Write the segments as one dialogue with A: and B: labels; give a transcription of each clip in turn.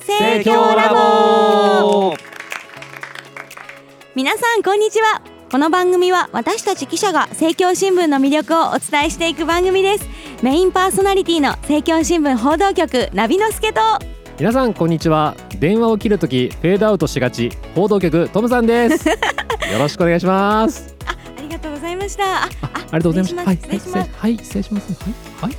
A: 生協ラボ。
B: 皆さんこんにちは。この番組は私たち記者が生協新聞の魅力をお伝えしていく番組です。メインパーソナリティの生協新聞報道局ナビノスケと、
A: 皆さんこんにちは。電話を切るときフェードアウトしがち報道局トムさんですよろしくお願いします。
B: ありがとうございました。
A: ありがとうございました。
B: 失礼します。
A: はい、失礼します。はい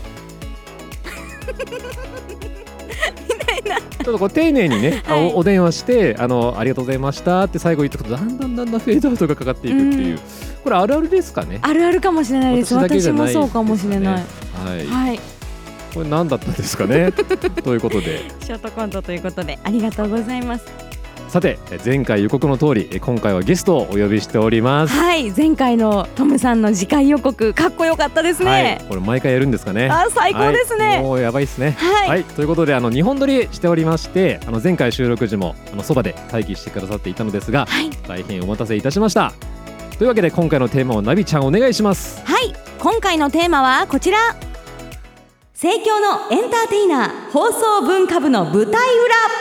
A: ちょっとこう丁寧にね、お電話してありがとうございましたって最後言ったことだんだんフェードアウトがかかっていくっていう、これあるあるですかね。
B: あるあるかもしれないです。私もそうかもしれない。はい、
A: これ何だったんですかねということで
B: ショートコントということでありがとうございます。
A: さて前回予告の通り今回はゲストをお呼びしております。
B: はい、前回のトムさんの次回予告かっこよかったですね。
A: はい、これ毎回やるんですかね。
B: 最高ですね。
A: はい、もうやばいですね。はい、ということで2本撮りしておりまして、前回収録時もそばで待機してくださっていたのですが、大変お待たせいたしました。というわけで今回のテーマをナビちゃんお願いします。
B: はい、今回のテーマはこちら、生協のエンターテイナー放送文化部の舞台裏。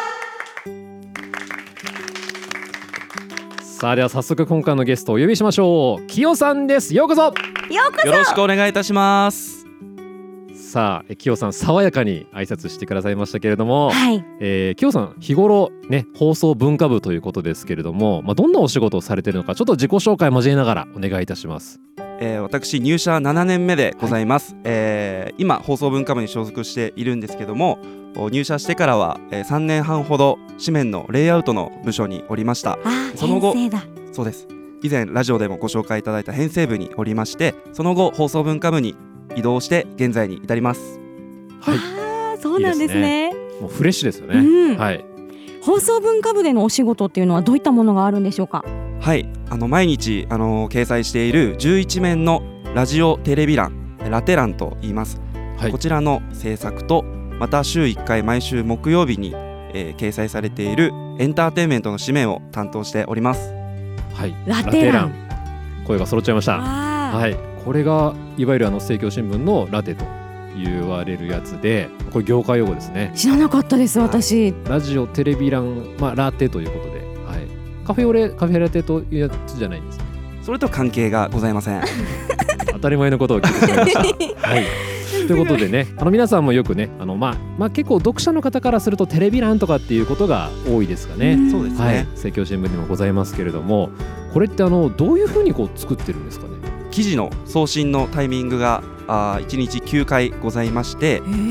A: さあでは早速今回のゲストをお呼びしましょう。きよさんです。ようこそ。
B: よ
C: ろしくお願いいたします。
A: さあきよさん爽やかに挨拶してくださいましたけれども、きよさん日頃ね放送文化部ということですけれども、どんなお仕事をされているのかちょっと自己紹介交えながらお願いいたします。
C: 私入社7年目でございます。今放送文化部に所属しているんですけども、入社してからは3年半ほど紙面のレイアウトの部署におりました。その後、そうです、以前ラジオでもご紹介いただいた編成部におりまして、その後放送文化部に移動して現在に至ります。
B: はい、そうなんですね。
A: もうフレッシュですよね。はい、
B: 放送文化部でのお仕事っていうのはどういったものがあるんでしょうか。
C: はい、毎日掲載している11面のラジオテレビ欄、ラテ欄と言います。こちらの制作と、また週1回毎週木曜日に、掲載されているエンターテインメントの紙面を担当しております。
A: はい、ラテ欄、声が揃っちゃいました。はい、これがいわゆる生協新聞のラテと言われるやつで、これ業界用語ですね。
B: 知らなかったです私。
A: ラジオテレビ欄、ラテということで、カフェラテというやつじゃないんですね。
C: それと関係がございません
A: 当たり前のことを聞いてしまいましたはい、ということでね、皆さんもよくね結構読者の方からするとテレビ欄とかっていうことが多いですかね。
C: そうですね、
A: 生協新聞にもございますけれども、これってどういうふうに作ってるんですかね。
C: 記事の送信のタイミングが1日9回ございまして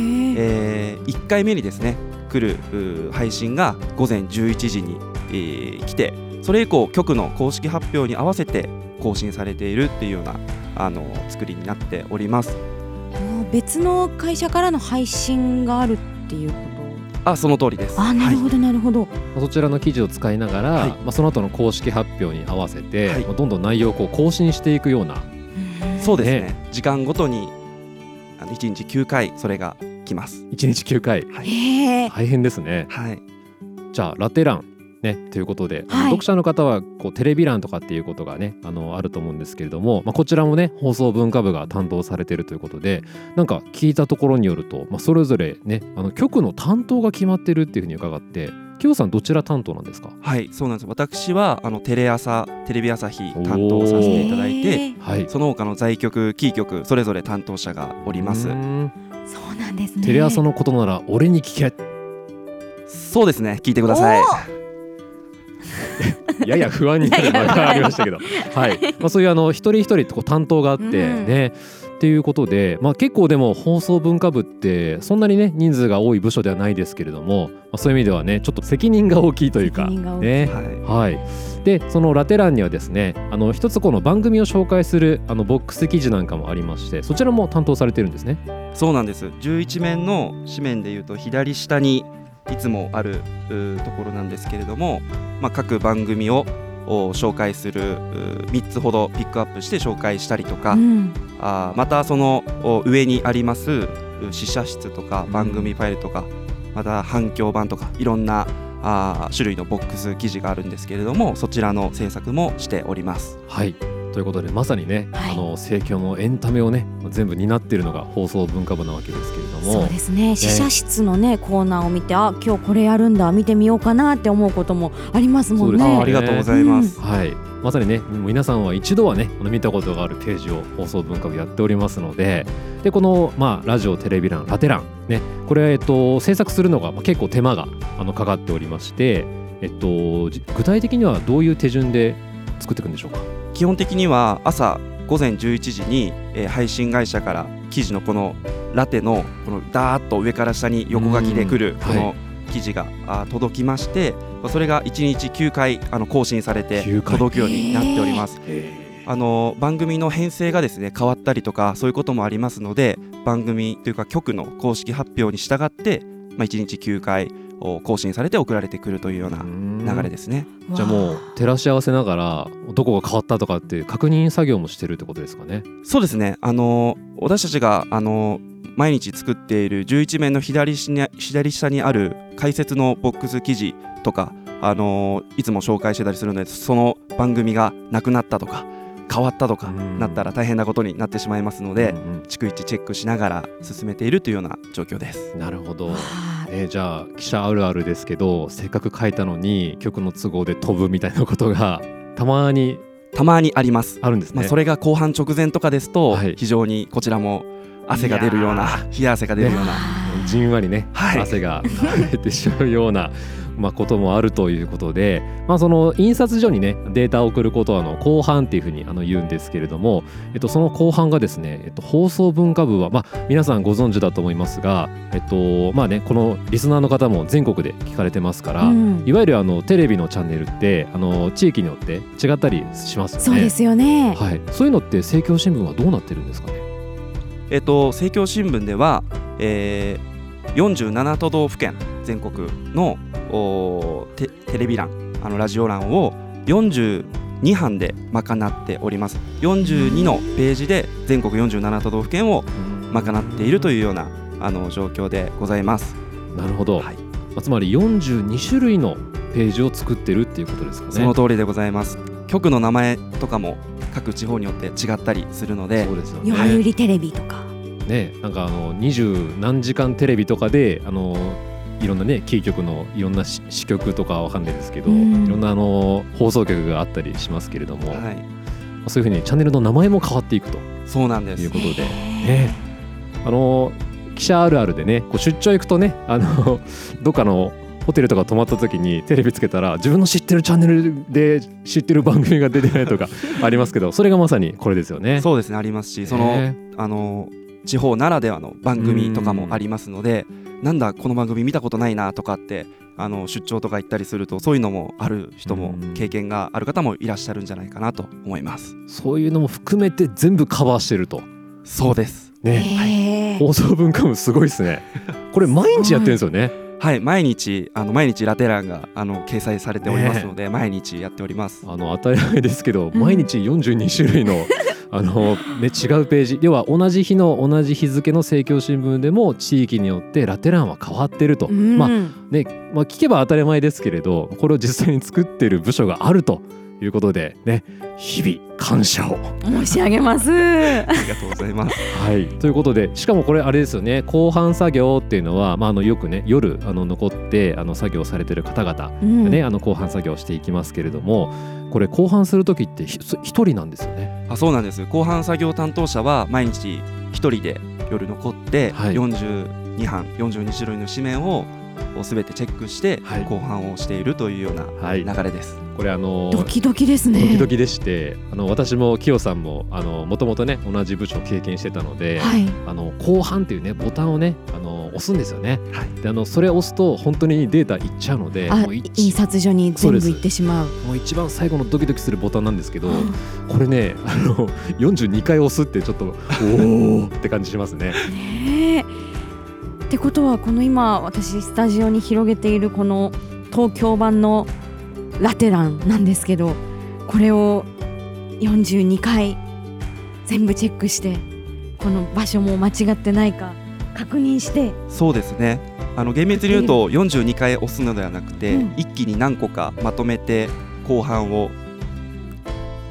C: 、1回目にですね来る配信が午前11時に、来て、それ以降局の公式発表に合わせて更新されているっていうような作りになっております。
B: 別の会社からの配信があるっていうこと？
C: その通りです。
B: なるほどなるほど。
A: そちらの記事を使いながら、その後の公式発表に合わせて、どんどん内容を更新していくような。
C: そうですね、時間ごとに1日9回それが来ます。
A: 1日9回、大変ですね。じゃあラテ欄ということで、読者の方はテレビ欄とかっていうことがねあると思うんですけれども、こちらもね放送文化部が担当されているということで、なんか聞いたところによると、それぞれね局の担当が決まってるっていうふうに伺って、きよさんどちら担当なんですか。
C: はい、そうなんです。私はテレビ朝日担当させていただいて、その他の在局キー局それぞれ担当者がおります。そう
B: なんですね。
A: テレ朝のことなら俺に聞け。
C: そうですね、聞いてください
A: やや不安になる場合がありましたけどそういう一人一人と担当があってね、っていうことで、結構でも放送文化部ってそんなにね人数が多い部署ではないですけれども、そういう意味ではねちょっと責任が大きいというかね。でそのラテ欄にはですね一つこの番組を紹介するボックス記事なんかもありまして、そちらも担当されてるんですね。
C: そうなんです。11面の紙面でいうと左下にいつもあるところなんですけれども、各番組を紹介する3つほどピックアップして紹介したりとか、またその上にあります試写室とか番組ファイルとか、また反響版とかいろんな種類のボックス記事があるんですけれども、そちらの制作もしております。
A: はい、 ということでまさにね、
B: はい、
A: 盛況のエンタメをね全部担っているのが放送文化部なわけですけれども、
B: そうですね、試写室のねコーナーを見て、あ、今日これやるんだ、見てみようかなって思うこともありますもんね。
A: そうですね、
C: ありがとうございます、
A: はい、まさにね皆さんは一度はね見たことがあるページを放送文化部やっておりますので、でこの、ラジオテレビ欄ラテ欄ね、これ、制作するのが結構手間がかかっておりまして、具体的にはどういう手順で作っていくんでしょうか。
C: 基本的には朝午前11時に、配信会社から記事のこのラテのこのダーッと上から下に横書きで来るこの記事が、届きまして、それが1日9回更新されて届くようになっております。番組の編成がですね変わったりとかそういうこともありますので、番組というか局の公式発表に従って、1日9回更新されて送られてくるというような流れですね。
A: じゃあもう照らし合わせながらどこが変わったとかっていう確認作業もしてるってことですかね。
C: そうですね、私たちが毎日作っている11面の左下にある解説のボックス記事とか、いつも紹介してたりするので、その番組がなくなったとか変わったとかなったら大変なことになってしまいますので、逐一チェックしながら進めているというような状況です。
A: なるほど。じゃあ記者あるあるですけど、せっかく書いたのに局の都合で飛ぶみたいなことがたまに
C: あります。
A: あるんですね。
C: それが後半直前とかですと、
A: はい、
C: 非常にこちらも汗が出るような、冷や汗が出るような、
A: じんわりね、
C: はい、
A: 汗が出てしまうようなこともあるということで、その印刷所にねデータを送ることは後版っていうふうに言うんですけれども、その後版がですね、放送文化部は、皆さんご存知だと思いますが、このリスナーの方も全国で聞かれてますから、いわゆるテレビのチャンネルって地域によって違ったりしますよね。
B: そうですよね、
A: はい、そういうのって政教新聞はどうなってるんですかね。
C: 政教新聞では、47都道府県全国のテレビ欄ラジオ欄を42版で賄っております。42のページで全国47都道府県を賄っているというような状況でございます。
A: なるほど、
C: はい、
A: つまり42種類のページを作ってるっていうことですかね。
C: その通りでございます。局の名前とかも各地方によって違ったりするので、
A: そうですよね、
B: 読売テレビとか
A: ね、なんか20何時間テレビとかでいろんなねキー局のいろんな支局とかわかんないですけど、いろんな放送局があったりしますけれども、はい、そういうふうにチャンネルの名前も変わっていくと
C: そうなんです
A: いうことで、記者あるあるでね出張行くとねどっかのホテルとか泊まった時にテレビつけたら自分の知ってるチャンネルで知ってる番組が出てないとかありますけど、それがまさにこれですよね。
C: そうですね、ありますし、その地方ならではの番組とかもありますので、なんだこの番組見たことないなとかって出張とか行ったりすると、そういうのもある人も経験がある方もいらっしゃるんじゃないかなと思います。
A: そういうのも含めて全部カバーしてると。
C: そうです
A: ね、放送文化部すごいですね。これ毎日やってるんですよね。
C: はい、毎日ラテ欄が掲載されておりますので、毎日やっております。
A: 当たり前ですけど、毎日42種類の違うページでは同じ日の同じ日付の政教新聞でも地域によってラテ欄は変わってると、聞けば当たり前ですけれど、これを実際に作ってる部署があるということでね、日々感謝を
B: 申し上げます
C: ありがとうございます。
A: はい、ということで、しかもこれあれですよね、後半作業っていうのは、よくね夜残って作業されてる方々がね、後半作業していきますけれども、これ後半する時って一人なんですよね。
C: そうなんです。後半作業担当者は毎日一人で夜残って、42版42種類の紙面を全てチェックして後半をしているというような流れです。
A: これ
B: ドキドキですね。
A: ドキドキでして、私もキヨさんももともとね同じ部署を経験してたので、後半っていうねボタンをね押すんですよね。でそれを押すと本当にデータいっちゃうので、
B: 印刷所に全部いってしまう。
A: もう一番最後のドキドキするボタンなんですけど、これね42回押すってちょっとおーって感じしますね。
B: ってことは、この今私スタジオに広げているこの東京版のラテ欄なんですけど、これを42回全部チェックして、この場所も間違ってないか確認して。
C: そうですね、厳密に言うと42回押すのではなくて、一気に何個かまとめて後半を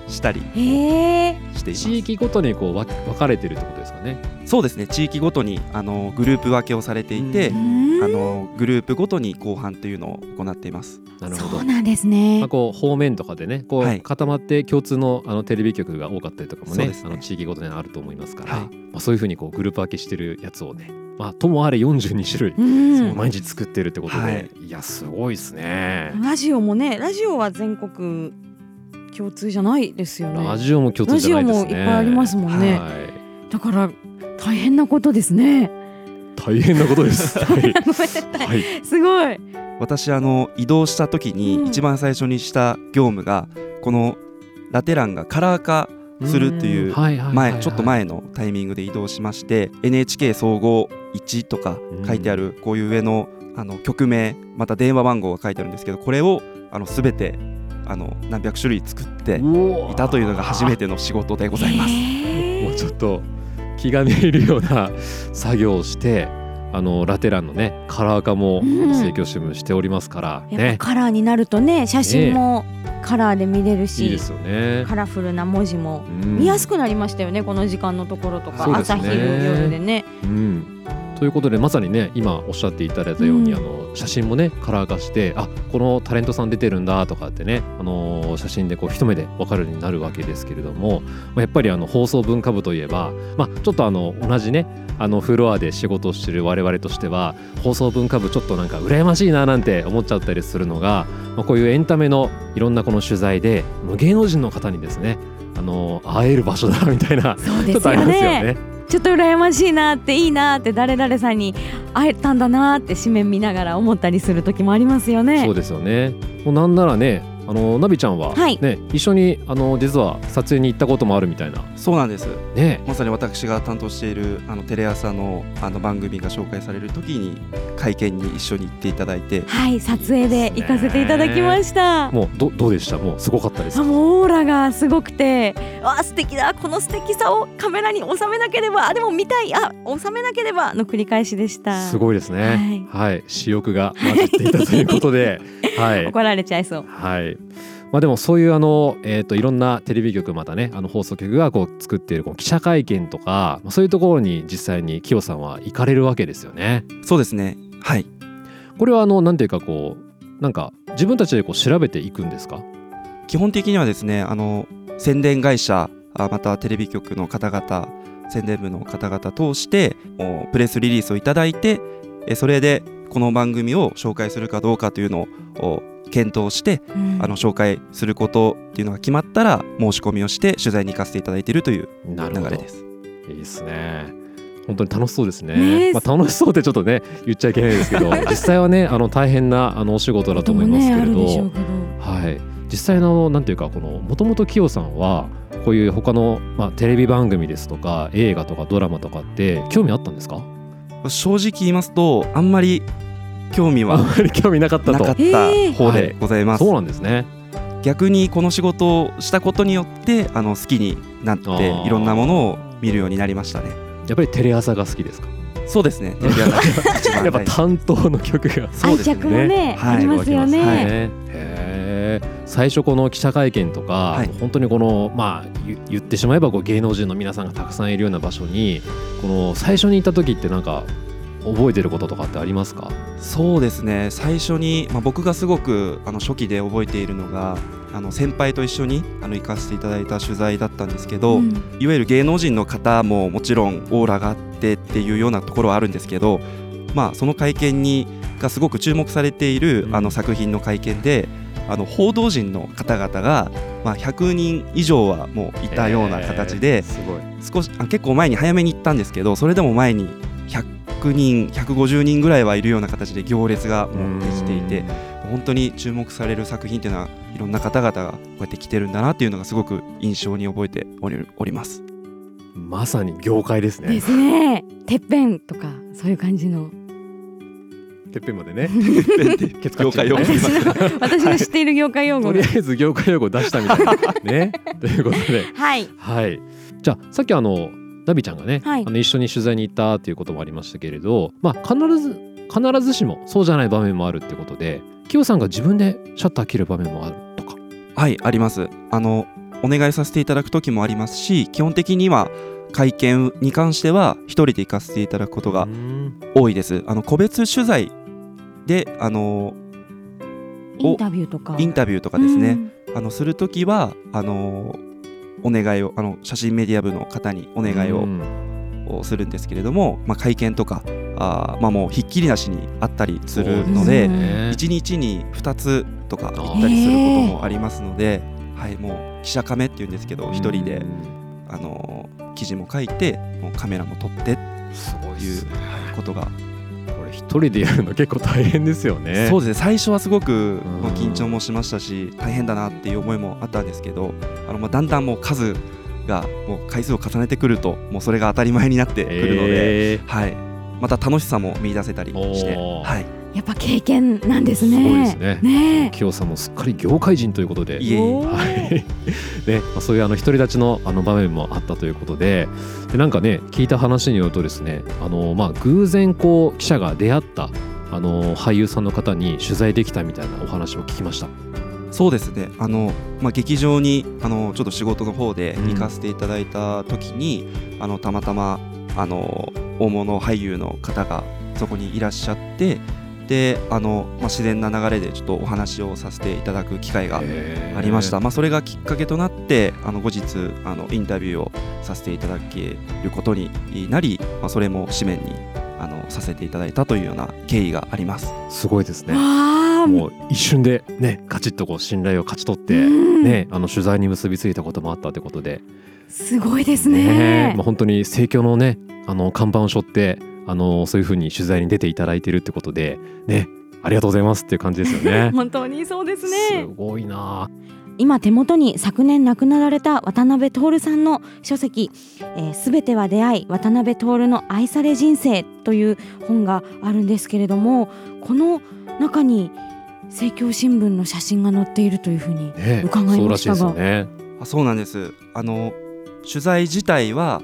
C: したり
B: へえ。
C: しています。
A: 地域ごとにこう分かれてるってことですかね。
C: そうですね、地域ごとにグループ分けをされていて、グループごとに後半というのを行っています。
A: なるほど。
B: そうなんですね。
A: こう方面とかでねこ
C: はい
A: う固まって共通のテレビ局が多かったりとかもね
C: そうですね
A: 地域ごとにあると思いますから、
C: はい
A: そういうふうにこうグループ分けしてるやつをね、ともあれ42種類
B: うん
A: 毎日作ってるってことで、
C: はい
A: いやすごいですね。
B: ラジオもね、ラジオは全国共通じゃないですよね。
A: ラジオも共通じゃないですね。
B: ラジオもいっぱいありますもんね
A: はい
B: だから大変なことですね。
A: 大変なことです。はい
B: ごめんなさい、
A: はい
B: すごい。
C: 私移動した時に
B: うん
C: 一番最初にした業務がこのラテ欄がカラー化するっていうちょっと前のタイミングで移動しまして、 NHK 総合1とか書いてあるこういう上の局名また電話番号が書いてあるんですけど、これを全て何百種類作っていたというのが初めての仕事でございます。
A: もうちょっと気がめいるような作業をしてラテ欄のねカラー化も政教新聞しておりますから
B: やっぱ
A: ね、
B: カラーになるとね、写真もカラーで見れるし、
A: いいですよね。
B: カラフルな文字も
A: うん
B: 見やすくなりましたよね、この時間のところとか、
A: そうですね
B: 朝昼夜でね。
A: ということでまさにね今おっしゃっていただいたように、
B: うん
A: 写真もねカラー化してこのタレントさん出てるんだとかってね、写真でこう一目で分かるようになるわけですけれども、やっぱり放送文化部といえば、ちょっと同じねフロアで仕事をしてる我々としては放送文化部ちょっとなんか羨ましいななんて思っちゃったりするのが、こういうエンタメのいろんなこの取材で芸能人の方にですね会える場所だみたいな
B: そうです
A: ちょっとありますよ
B: よね。
A: ね。
B: ちょっと羨ましいなって、いいなって、誰々さんに会えたんだなって紙面見ながら思ったりする時もありますよね。
A: そうですよね。もうなんならねナビちゃんは、
B: はい
A: ね一緒に実は撮影に行ったこともあるみたいな
C: そうなんです。
A: ね。
C: まさに私が担当しているテレ朝の番組が紹介される時に会見に一緒に行っていただいて、
B: はい、撮影で行かせていただきました。
A: もうどうでした？もうすごかったですか？
B: もうオーラがすごくて、素敵だ、この素敵さをカメラに収めなければ、でも見たい、収めなければの繰り返しでした。
A: すごいですね。はい、私欲が混じっていたということで、はい、
B: 怒られちゃいそう。
A: はい。でもそういういろんなテレビ局またね放送局がこう作っているこう記者会見とかそういうところに実際にキヨさんは行かれるわけですよね。
C: そうですね。はい。
A: これはなんていうかこうなんか自分たちでこう調べていくんですか？
C: 基本的にはですね宣伝会社またテレビ局の方々宣伝部の方々通してプレスリリースをいただいてそれでこの番組を紹介するかどうかというのを検討して、紹介することっていうのが決まったら申し込みをして取材に行かせていただいているという流れです。
A: いいですね。本当に楽しそうですね。
B: ね
A: 楽しそうってちょっとね言っちゃいけないですけど実際はね大変なお仕事だと思いますけれど、はい、実際のなんていうかもともとキヨさんはこういう他の、テレビ番組ですとか映画とかドラマとかって興味あったんですか？
C: 正直言いますとあんまり興味は
A: あんまり興味なかったと。
C: なかった方でございます。
A: そうなんですね。
C: 逆にこの仕事をしたことによって好きになっていろんなものを見るようになりましたね。
A: やっぱりテレ朝が好きですか？
C: そうですね。テレビ朝が一番
A: やっぱ担当の曲が
B: 愛着もね、ありますよね。
A: へえ。最初この記者会見とか、本当にこの言ってしまえば芸能人の皆さんがたくさんいるような場所にこの最初に行った時ってなんか覚えてることとかってありますか？
C: そうですね。最初に、僕がすごく初期で覚えているのが先輩と一緒に行かせていただいた取材だったんですけど、いわゆる芸能人の方ももちろんオーラがあってっていうようなところはあるんですけど、その会見がすごく注目されている作品の会見で報道陣の方々が、100人以上はもういたような形で、少し結構前に早めに行ったんですけど、それでも前に100人150人ぐらいはいるような形で行列がもうできていて、本当に注目される作品っていうのはいろんな方々がこうやって来てるんだなっていうのがすごく印象に覚えております。
A: まさに業界ですね。
B: ですね。てっぺんとかそういう感じの。
A: てっぺんまでね。
C: 業界用語
B: 私の知っている業界用語。
A: とりあえず業界用語出したみたいなね。ということで、
B: はい
A: はい。じゃあさっきナビちゃんがね、一緒に取材に行ったということもありましたけれど、必ずしもそうじゃない場面もあるってことで、キヨさんが自分でシャッター切る場面もあるとか。
C: はい、あります。 お願いさせていただく時もありますし、基本的には会見に関しては一人で行かせていただくことが多いです。個別取材で
B: インタビューとか
C: ですね、するときはお願いを写真メディア部の方にお願いをするんですけれども、会見とかもうひっきりなしにあったりするので、1日に2つとか行ったりすることもありますので、もう記者カメっていうんですけど、一人で記事も書いてもうカメラも撮ってっていうことが、
A: これ一人でやるの結構大変ですよね。
C: そうですね、最初はすごく緊張もしましたし、大変だなっていう思いもあったんですけど、だんだんもう数がもう回数を重ねてくると、もうそれが当たり前になってくるので、また楽しさも見出せたりして、
B: やっぱ経験なんですね。
A: すごいですね。キヨさんもすっかり業界人ということで、そういう独り立ちの場面もあったということで、なんかね、聞いた話によるとですね、偶然記者が出会った俳優さんの方に取材できたみたいなお話を聞きました。
C: そうですね、劇場にちょっと仕事の方で行かせていただいた時に、たまたま大物俳優の方がそこにいらっしゃって、で自然な流れでちょっとお話をさせていただく機会がありました。それがきっかけとなって後日インタビューをさせていただけることになり、それも紙面にさせていただいたというような経緯があります。
A: すごいですね。もう一瞬でね、ガチッと信頼を勝ち取ってね、取材に結びついたこともあったということで、
B: すごいですね。
A: 本当に盛況のね看板を背負ってそういう風に取材に出ていただいているってことでね、ありがとうございますっていう感じですよね。
B: 本当にそうですね。
A: すごいな。
B: 今手元に昨年亡くなられた渡辺徹さんの書籍、すべては出会い渡辺徹の愛され人生という本があるんですけれども、この中に政教新聞の写真が載っているというふうに伺いましたが、
A: そうらしいですよね。
C: そうなんです。取材自体は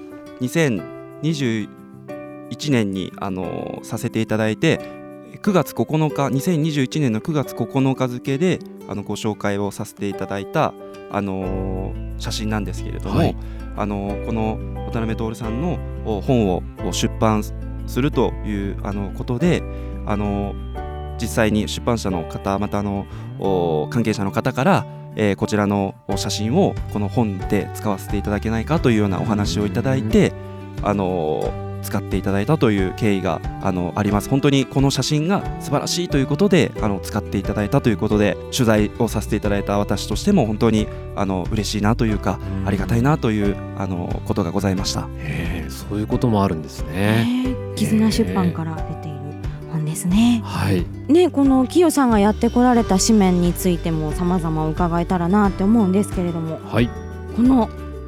C: 2021年にさせていただいて、9月9日2021年の9月9日付でご紹介をさせていただいた写真なんですけれども、この渡辺徹さんの本を出版するということで、実際に出版社の方、また関係者の方から、こちらの写真をこの本で使わせていただけないかというようなお話をいただいて、使っていただいたという経緯があります。本当にこの写真が素晴らしいということで使っていただいたということで、取材をさせていただいた私としても本当に嬉しいなというか、ありがたいなということがございました。
A: そういうこともあるんですね。
B: 絆出版から出ている本ですね。このキヨさんがやってこられた紙面についても様々伺えたらなって思うんですけれども、この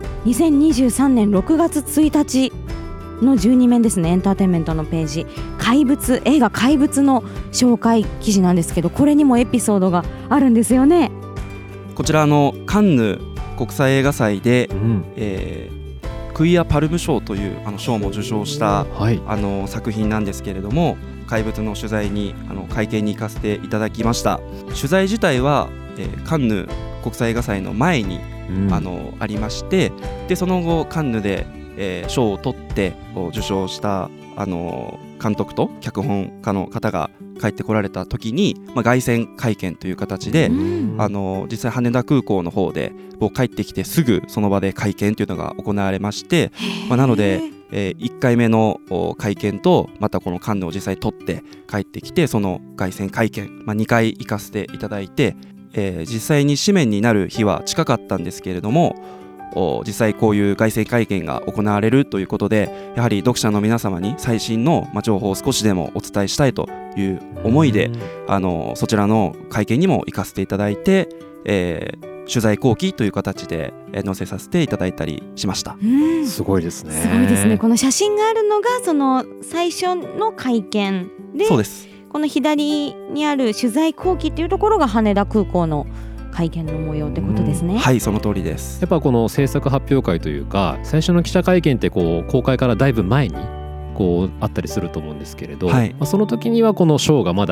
B: 2023年6月1日の12面ですね、エンターテインメントのページ、映画怪物の紹介記事なんですけど、これにもエピソードがあるんですよね。
C: こちらカンヌ国際映画祭で、クイアパルム賞という賞も受賞した、作品なんですけれども、怪物の取材に会見に行かせていただきました。取材自体は、カンヌ国際映画祭の前に、ありまして、でその後カンヌで賞を取って受賞した監督と脚本家の方が帰ってこられた時に、凱旋会見という形で、実際羽田空港の方で帰ってきてすぐその場で会見というのが行われまして、なので、1回目の会見とまたこのカンヌを実際取って帰ってきて、その凱旋会見、2回行かせていただいて、実際に紙面になる日は近かったんですけれども、実際こういう凱旋会見が行われるということで、やはり読者の皆様に最新の情報を少しでもお伝えしたいという思いで、そちらの会見にも行かせていただいて、取材後期という形で載せさせていただいたりしました。
A: すごいですね。
B: すごいですね。この写真があるのがその最初の会見で、
C: そうです。
B: この左にある取材後期っていうところが羽田空港の会見の模様ってことですね。
C: はい、その通りです。
A: やっぱこの制作発表会というか、最初の記者会見って公開からだいぶ前にあったりすると思うんですけれど、その時にはこの賞がまだ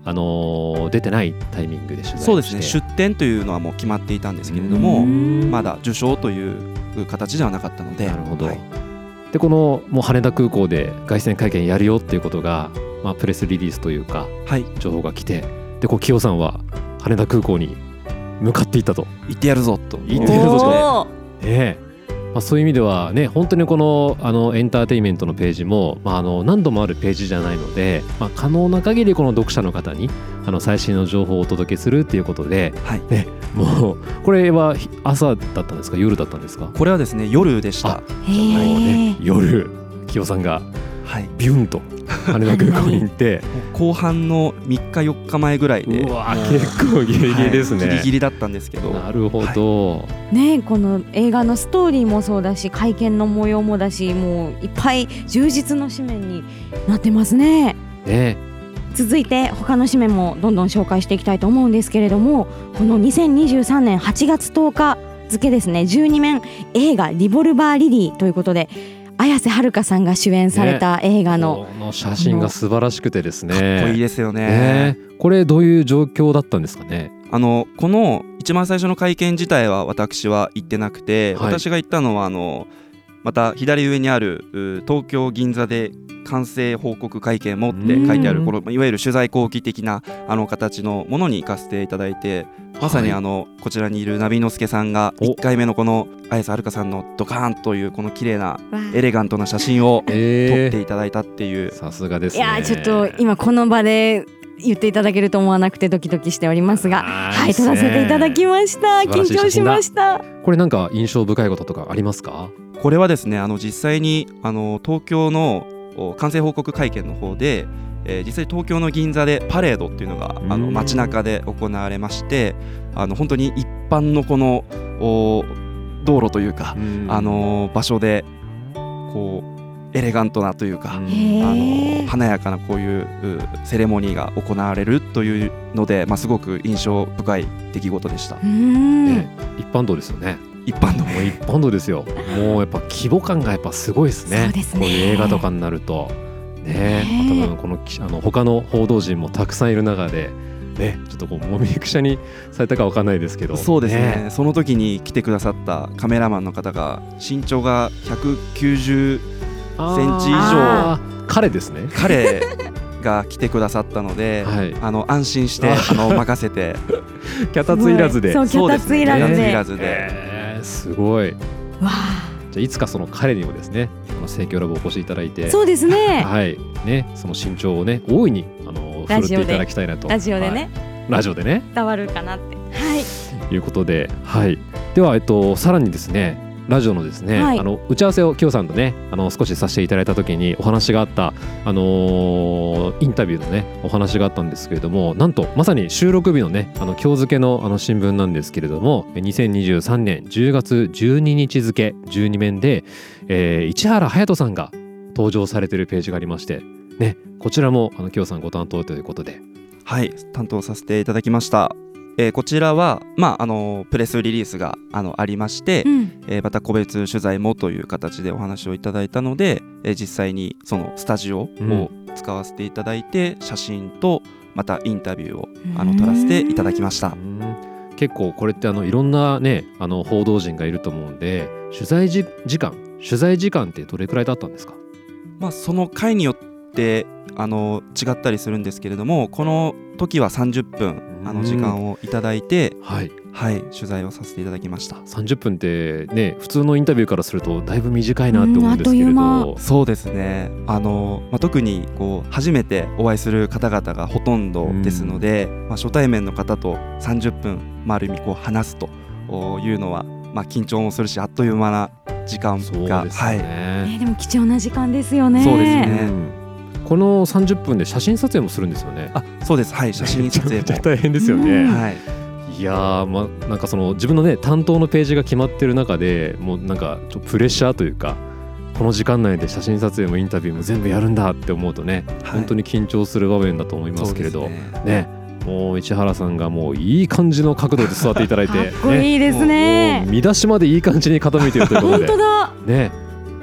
A: 出てないタイミングで取材をして。
C: そうですね、出展というのはもう決まっていたんですけれども、まだ受賞という形ではなかったので。
A: なるほど、
C: はい、
A: でこのもう羽田空港で凱旋会見やるよっていうことが、プレスリリースというか、
C: はい、
A: 情報が来て、でこうキヨさんは羽田空港に向かっていったと。
C: 行ってやるぞと。
A: 行ってやるぞと。そういう意味ではね、本当にこのエンターテインメントのページも、何度もあるページじゃないので、可能な限りこの読者の方に最新の情報をお届けするっていうことで、
C: はい
A: ね、もうこれは朝だったんですか、夜だったんですか？
C: これはですね、夜でした。
A: 夜、キヨさんが
C: はい、
A: ビュンと羽田空港に行って
C: 後半の3日4日前ぐらいで、
A: うわ結構ギリギリですね、
C: ギリギリだったんですけど。
A: なるほど、
B: ね、この映画のストーリーもそうだし、会見の模様もだし、もういっぱい充実の紙面になってますね。続いて他の紙面もどんどん紹介していきたいと思うんですけれども、この2023年8月10日付ですね、12面映画リボルバーリリーということで、綾瀬はるかさんが主演された映画の、
A: この写真が素晴らしくてですね、
C: かっこいいですよね。
A: これどういう状況だったんですかね？
C: この一番最初の会見自体は私は行ってなくて、私が行ったのはまた左上にある東京銀座で完成報告会見もって書いてある、このいわゆる取材後期的な形のものに行かせていただいて、まさにこちらにいるナビノスケさんが1回目のこの綾瀬はるかさんのドカーンというこの綺麗なエレガントな写真を撮っていただいたっていう。
A: さすがですね。
B: いやちょっと今この場で言っていただけると思わなくてドキドキしておりますが、はい、撮らせていただきました。緊張しました。
A: これなんか印象深いこととかありますか？
C: これはですね、実際に東京の完成報告会見の方で、実際東京の銀座でパレードっていうのが街中で行われまして、本当に一般のこの道路というか場所でこうエレガントなというか華やかなこういうセレモニーが行われるというので、すごく印象深い出来事でした。
A: 一般道ですよね。
C: 一般道、
A: もう一般道ですよ。もうやっぱ規模感がやっぱすごいですね。
B: そうですね。
A: こういう映画とかになるとね、多分この他の報道陣もたくさんいる中でね、ちょっとこうもみくしゃにされたかわかんないですけど、
C: そうですね。その時に来てくださったカメラマンの方が身長が190センチ以上、
A: 彼ですね。
C: 彼が来てくださったので、安心して任せて
A: 脚立いらずで、
B: そう脚立いらず
C: で、
A: すごい。
B: わあ。
A: じゃあいつかその彼にもですね、生協ラボお越しいただいて、
B: そうですね。
A: はいね、その身長をね大いに振るっていただきたいなと。
B: ラジオでね、
A: ラジオでね
B: 伝わるかなって、
A: いうことで、ではさらにですね、ラジオのですね、打ち合わせをキヨさんとね少しさせていただいた時にお話があった、インタビューのねお話があったんですけれども、なんとまさに収録日のね今日付の新聞なんですけれども、2023年10月12日付12面で、市原隼人さんが登場されているページがありましてね、こちらもキヨさんご担当ということで、
C: はい担当させていただきました。こちらは、プレスリリースがありまして、また個別取材もという形でお話をいただいたので、実際にそのスタジオを使わせていただいて、写真とまたインタビューを撮らせていただきました。
A: 結構これっていろんなね報道陣がいると思うんで、取材時間ってどれくらいだったんですか？
C: その回によって違ったりするんですけれども、この時は30分時間をいただいて、取材をさせていただきました。
A: 30分ってね、普通のインタビューからするとだいぶ短いなって思うんですけれど、
C: そうですね。特にこう初めてお会いする方々がほとんどですので、初対面の方と30分ある意味こう話すというのは、緊張もするし、あっという間な時間が、
A: そうですね。
B: でも貴重な時間ですよね。
C: そうですね。
A: この30分で写真撮影もするんですよね。
C: そうです。写真撮影も
A: 大変ですよね。いやー、なんかその自分のね担当のページが決まってる中で、もうなんかちょっとプレッシャーというか、この時間内で写真撮影もインタビューも全部やるんだって思うとね、本当に緊張する場面だと思いますけれどね。もう市原さんがもういい感じの角度で座っていただいて、
B: かっこいいですね。
A: 見出しまでいい感じに傾いているということで、
B: 本当だ
A: ね。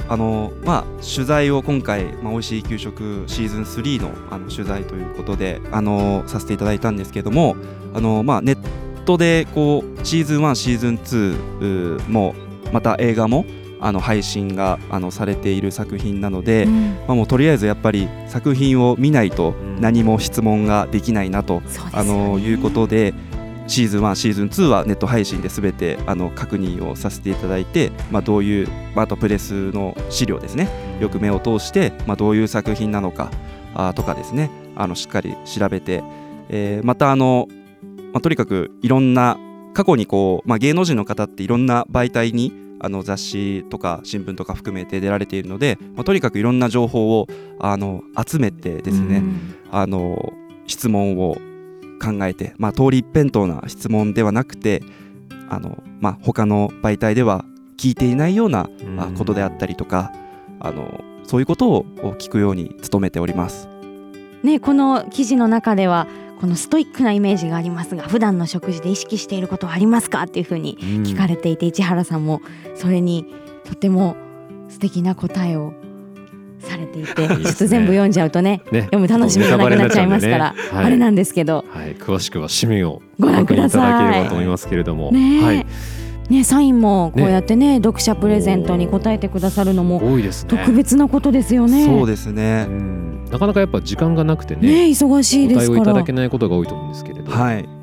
C: 取材を今回、美味しい給食シーズン3の、取材ということでさせていただいたんですけども、ネットでこうシーズン1シーズン2もまた映画も配信がされている作品なので、もうとりあえずやっぱり作品を見ないと何も質問ができないなと、いうことでシーズン1シーズン2はネット配信で全て確認をさせていただいて、どういう、あとプレスの資料ですね、よく目を通して、どういう作品なのかとかですねしっかり調べて、またとにかくいろんな過去にこう、芸能人の方っていろんな媒体に雑誌とか新聞とか含めて出られているので、とにかくいろんな情報を集めてですね、質問を考えて、通り一辺倒な質問ではなくて他の媒体では聞いていないようなことであったりとかそういうことを聞くように努めております。
B: ね、この記事の中ではこのストイックなイメージがありますが、普段の食事で意識していることはありますかっていうふうに聞かれていて、市原さんもそれにとても素敵な答えをされていて、ちょっと全部読んじゃうとね読む楽しみがなくなっちゃいますから、あれなんですけど、
A: 詳しくは紙面を
B: ご覧ください。
A: ご確認いただければと思いますけれども、
B: サインもこうやってね読者プレゼントに答えてくださるのも
A: 多いですね。
B: 特別なことですよね。
C: そうですね。
A: なかなかやっぱ時間がなくてね、
B: 忙しいですから
A: お答えをいただけないことが多いと思うんですけれど、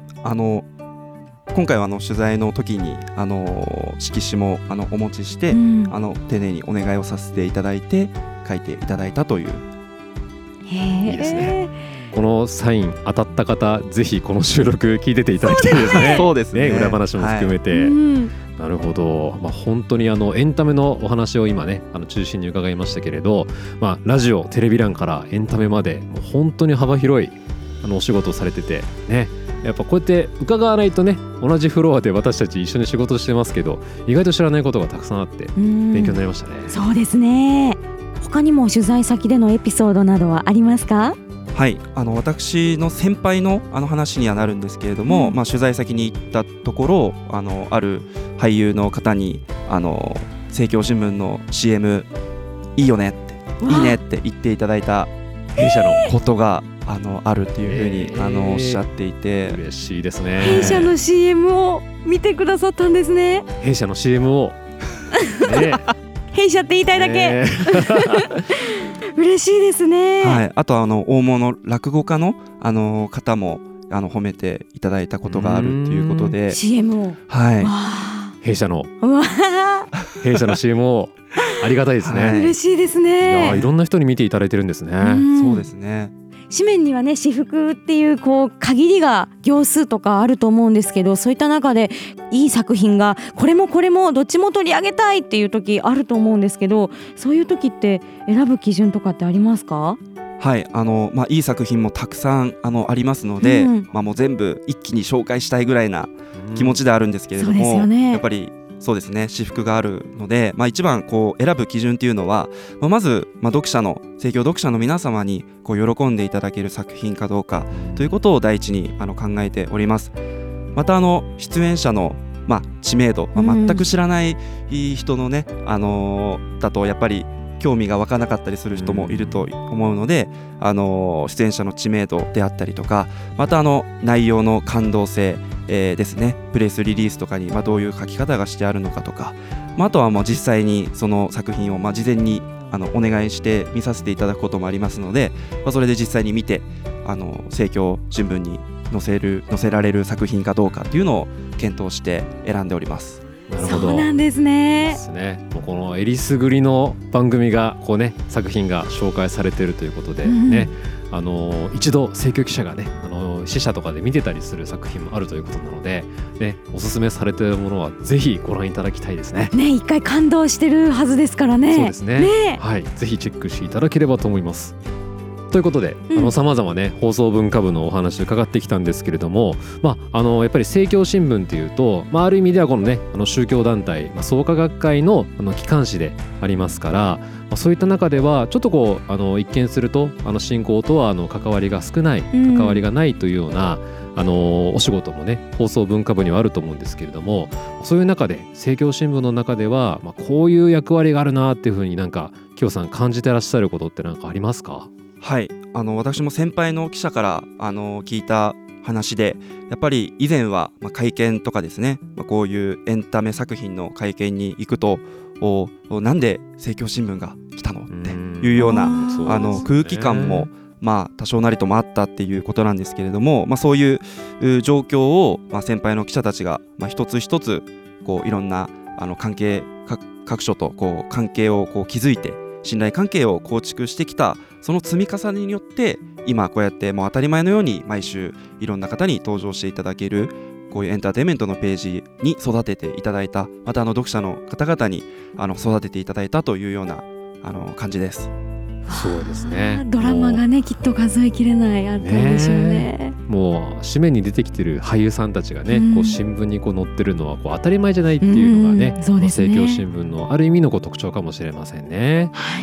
C: 今回は取材の時に色紙もお持ちして、丁寧にお願いをさせていただいて書いていただいたという。
A: いいですね。このサイン当たった方、ぜひこの収録聞いてていただきたいですね。
C: そうですね。
A: 裏話も含めて、なるほど。本当にエンタメのお話を今ね中心に伺いましたけれど、ラジオテレビ欄からエンタメまでもう本当に幅広いお仕事をされててね、やっぱこうやって伺わないとね、同じフロアで私たち一緒に仕事してますけど、意外と知らないことがたくさんあって勉強になりましたね。
B: そうですね。他にも取材先でのエピソードなどはありますか？
C: はい、私の先輩の話にはなるんですけれども、取材先に行ったところある俳優の方に政教新聞の CM いいよねっていいねって言っていただいた弊社のことがあるっていうふうにおっしゃっていて、
A: 嬉しいですね。
B: 弊社の CM を見てくださったんですね。
A: 弊社の CM を、
B: 弊社って言いたいだけ、嬉しいですね。
C: あと大物落語家の方も褒めていただいたことがあるということで、
B: CM を、
C: 弊社の
A: CM をありがたいですね。
B: 嬉しいですね。
A: いろんな人に見ていただいてるんですね。
C: そうですね。
B: 紙面にはね、私服っていう限りが行数とかあると思うんですけど、そういった中でいい作品がこれもこれもどっちも取り上げたいっていう時あると思うんですけど、そういう時って選ぶ基準とかってありますか？
C: はい、いい作品もたくさんありますので、もう全部一気に紹介したいぐらいな気持ちであるんですけれども、やっぱりそうですね、私服があるので、一番選ぶ基準っていうのは、まず政教読者の皆様に喜んでいただける作品かどうかということを第一に考えております。また出演者の知名度、全く知らない人のね、だとやっぱり興味が湧かなかったりする人もいると思うので、出演者の知名度であったりとか、また内容の感動性、ですね、プレスリリースとかにどういう書き方がしてあるのかとか、あとは実際にその作品を事前にお願いして見させていただくこともありますので、それで実際に見て政教新聞に載せられる作品かどうかっていうのを検討して選んでおります。
A: なるほど。
B: そうなんですね。
A: もうこのえりすぐりの番組が作品が紹介されているということでね、一度政教記者がね試写とかで見てたりする作品もあるということなので、おすすめされているものはぜひご覧いただきたいですね。
B: 一回感動してるはずですからね。
A: そうですね。はい、ぜひチェックしていただければと思います。 ということで、様々ね放送文化部のお話伺ってきたんですけれども、やっぱり政教新聞っていうと、ある意味ではこのね宗教団体、創価学会の機関紙でありますから、そういった中ではちょっとこう一見すると信仰とは関わりが少ない、関わりがないというようなお仕事もね放送文化部にはあると思うんですけれども、そういう中で政教新聞の中では、こういう役割があるなっていうふうになんか清さん感じてらっしゃることって何かありますか？
C: はい、私も先輩の記者から聞いた話で、やっぱり以前は会見とかですね、こういうエンタメ作品の会見に行くとなんで政教新聞が来たのっていうような空気感も多少なりともあったっていうことなんですけれども、そういう状況を先輩の記者たちが一つ一つこういろんな関係各所とこう関係をこう築いて信頼関係を構築してきた、その積み重ねによって今こうやってもう当たり前のように毎週いろんな方に登場していただけるこういうエンターテインメントのページに育てていただいた、また読者の方々に育てていただいたというような感じです。
A: そうですね。
B: ドラマがねきっと数えきれないあったんでしょうね。
A: もう紙面に出てきてる俳優さんたちがね、こう新聞にこう載ってるのはこう当たり前じゃないっていうのがね、政教新聞のある意味の特徴かもしれませんね。
B: はい、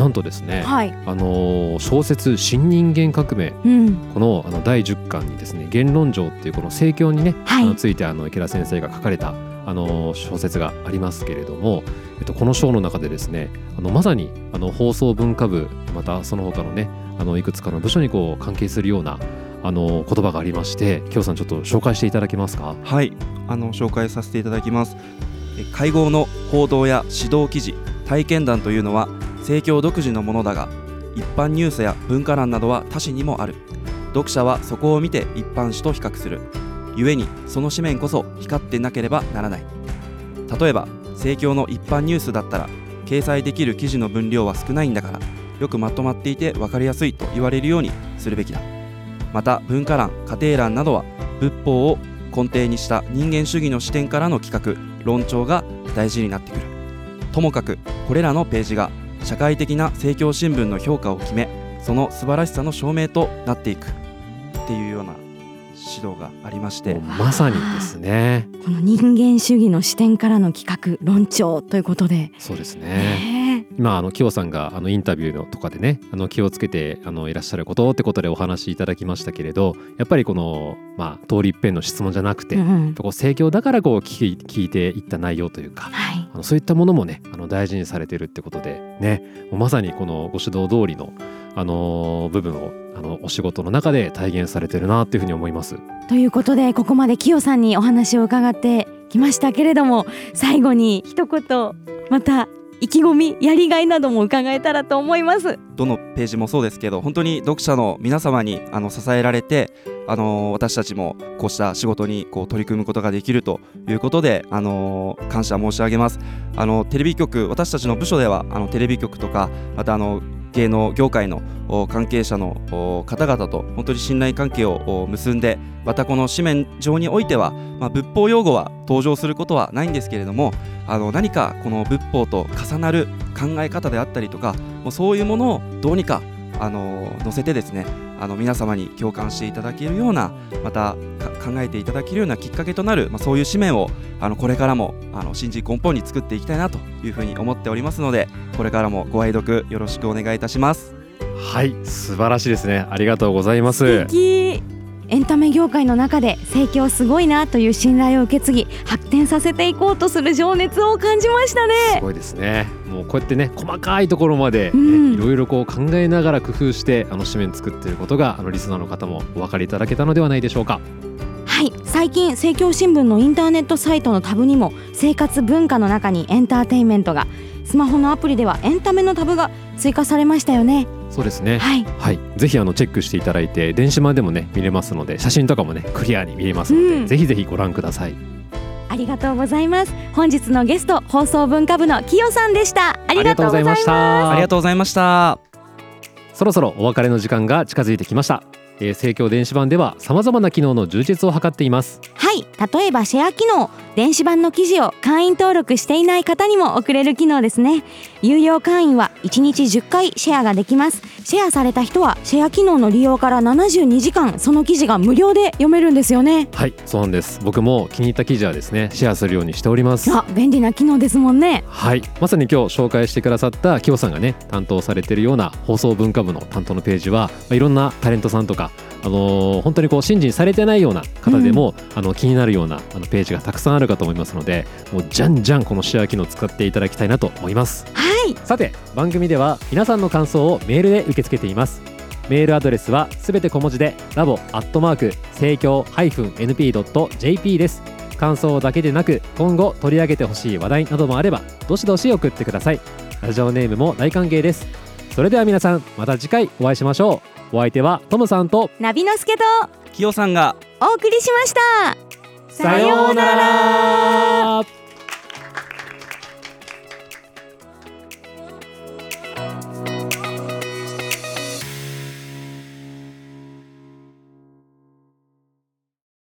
A: なんとですね、
B: はい、
A: 小説新人間革命、この第10巻にですね言論上っていうこの政教にね、ついて池田先生が書かれた小説がありますけれども、この章の中でですねまさに放送文化部またその他のねいくつかの部署にこう関係するような言葉がありまして、清さんちょっと紹介していただけますか？
C: はい、紹介させていただきます。会合の報道や指導記事、体験談というのは政教独自のものだが、一般ニュースや文化欄などは他紙にもある。読者はそこを見て一般紙と比較する。故にその紙面こそ光ってなければならない。例えば政教の一般ニュースだったら掲載できる記事の分量は少ないんだからよくまとまっていて分かりやすいと言われるようにするべきだ。また文化欄、家庭欄などは仏法を根底にした人間主義の視点からの企画、論調が大事になってくる。ともかくこれらのページが社会的な政教新聞の評価を決め、その素晴らしさの証明となっていくっていうような指導がありまして、
A: まさにですね、
B: この人間主義の視点からの企画、論調ということで、
A: そうですね。今清さんがインタビューのとかでね気をつけていらっしゃることってことでお話しいただきましたけれど、やっぱりこの通り一遍の質問じゃなくて、こう政教だからこう聞いていった内容というか、そういったものもね大事にされてるってことでね、まさにこのご指導通りの部分をお仕事の中で体現されてるなっていうふうに思います。
B: ということでここまで清さんにお話を伺ってきましたけれども、最後に一言また意気込み、やりがいなども伺えたらと思います。
C: どのページもそうですけど、本当に読者の皆様に支えられて私たちもこうした仕事にこう取り組むことができるということで感謝申し上げます。テレビ局、私たちの部署ではテレビ局とかまた芸能業界の関係者の方々と本当に信頼関係を結んで、またこの紙面上においては、仏法用語は登場することはないんですけれども、何かこの仏法と重なる考え方であったりとか、もうそういうものをどうにか載せてですね、皆様に共感していただけるような、また考えていただけるようなきっかけとなる、そういう紙面をこれからも新人根本に作っていきたいなというふうに思っておりますので、これからもご愛読よろしくお願いいたします。
A: はい、素晴らしいですね。ありがとうございます。
B: 素敵。エンタメ業界の中で政教すごいなという信頼を受け継ぎ発展させていこうとする情熱を感じましたね。
A: すごいですね。もうこうやってね細かいところまで、いろいろこう考えながら工夫して紙面作っていることがリスナーの方もお分かりいただけたのではないでしょうか。
B: はい、最近政教新聞のインターネットサイトのタブにも生活文化の中にエンターテインメントが、スマホのアプリではエンタメのタブが追加されましたよね。
A: そうですね。
B: はい、
A: はい、ぜひチェックしていただいて、電子版でもね見れますので、写真とかもねクリアに見れますので、ぜひぜひご覧ください。
B: ありがとうございます。本日のゲスト、放送文化部の清さんでした。ありがとうございました。
C: ありがとうございました。
A: そろそろお別れの時間が近づいてきました。 生協電子版では様々な機能の充実を図っています。
B: はい、例えばシェア機能、電子版の記事を会員登録していない方にも送れる機能ですね。有料会員は1日10回シェアができます。シェアされた人はシェア機能の利用から72時間その記事が無料で読めるんですよね。
A: はい、そうなんです。僕も気に入った記事はですねシェアするようにしております。
B: 便利な機能ですもんね。
A: はい、まさに今日紹介してくださったキヨさんがね担当されているような放送文化部の担当のページは、いろんなタレントさんとか本当にこう信心されてないような方でも、気になるようなページがたくさんあるかと思いますので、もうじゃんじゃんこのシェア機能を使っていただきたいなと思います。
B: はい、
A: さて番組では皆さんの感想をメールで受け付けています。メールアドレスはすべて小文字でlabo@生協-np.jp です。感想だけでなく今後取り上げてほしい話題などもあればどしどし送ってください。ラジオネームも大歓迎です。それでは皆さんまた次回お会いしましょう。お相手はトムさんと
B: ナビノスケと
C: キヨさんが
B: お送りしました。
A: さようなら。